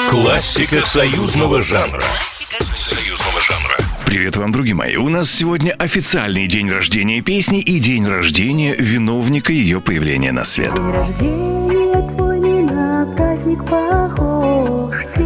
Классика союзного жанра. Привет вам, друзья мои. У нас сегодня официальный день рождения песни и день рождения виновника ее появления на свет. День рождения твой не на праздник похож, 3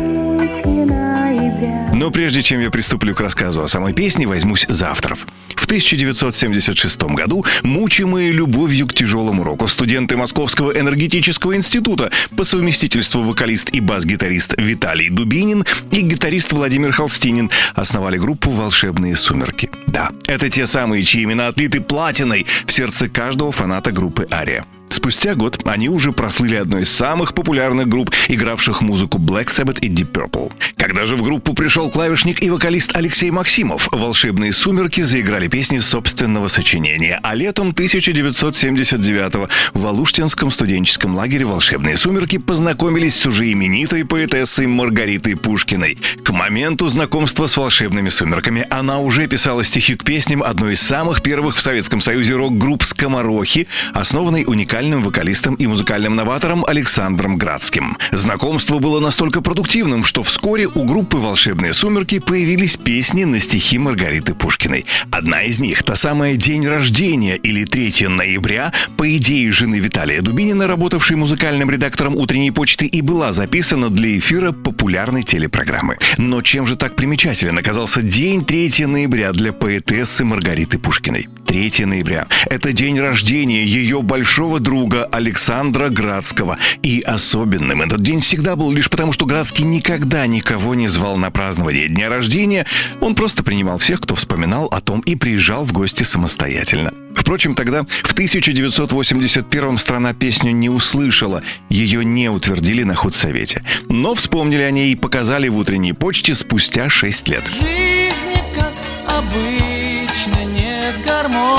ноября. Но прежде чем я приступлю к рассказу о самой песне, возьмусь за авторов. В 1976 году, мучимые любовью к тяжелому року, студенты Московского энергетического института, по совместительству вокалист и бас-гитарист Виталий Дубинин и гитарист Владимир Холстинин основали группу «Волшебные сумерки». Да, это те самые, чьи имена отлиты платиной в сердце каждого фаната группы «Ария». Спустя год они уже прослыли одной из самых популярных групп, игравших музыку Black Sabbath и Deep Purple. Когда же в группу пришел клавишник и вокалист Алексей Максимов, «Волшебные сумерки» заиграли песни собственного сочинения. А летом 1979-го в Алуштинском студенческом лагере «Волшебные сумерки» познакомились с уже именитой поэтессой Маргаритой Пушкиной. К моменту знакомства с «Волшебными сумерками» она уже писала стихи к песням одной из самых первых в Советском Союзе рок-групп «Скоморохи», основанной уникальным вокалистом и музыкальным новатором Александром Градским. Знакомство было настолько продуктивным, что вскоре у группы «Волшебные сумерки» появились песни на стихи Маргариты Пушкиной. Одна из них, та самая «День рождения» или 3 ноября, по идее жены Виталия Дубинина, работавшей музыкальным редактором «Утренней почты», и была записана для эфира популярной телепрограммы. Но чем же так примечателен оказался день 3 ноября для поэтессы Маргариты Пушкиной? 3 ноября – это день рождения ее большого друга Александра Градского. И особенным этот день всегда был лишь потому, что Градский никогда никого не звал на празднование дня рождения. Он просто принимал всех, кто вспоминал о том, и приезжал в гости самостоятельно. Впрочем, тогда, в 1981-м, страна песню не услышала. Ее не утвердили на худсовете. Но вспомнили о ней и показали в «Утренней почте» спустя 6 лет. В жизни, как обычно, нет гармонии.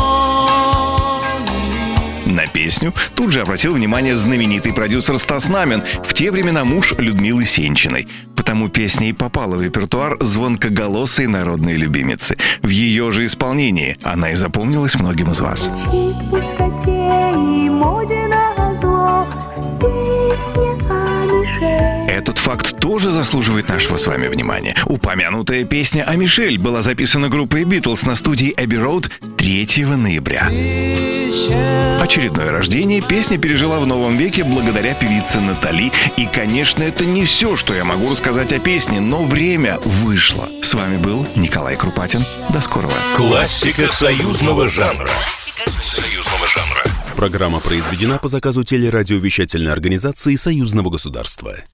На песню тут же обратил внимание знаменитый продюсер Стас Намин, в те времена муж Людмилы Сенчиной. Потому песня и попала в репертуар звонкоголосой народной любимицы. В ее же исполнении она и запомнилась многим из вас. В пустоте и моде на зло, песня о Мишель. Этот факт тоже заслуживает нашего с вами внимания. Упомянутая песня о Мишель была записана группой Beatles на студии Abbey Road 3 ноября. Очередное рождение песня пережила в новом веке благодаря певице Натали. И, конечно, это не все, что я могу рассказать о песне, но время вышло. С вами был Николай Крупатин. До скорого. Классика союзного жанра. Программа произведена по заказу телерадиовещательной организации Союзного государства.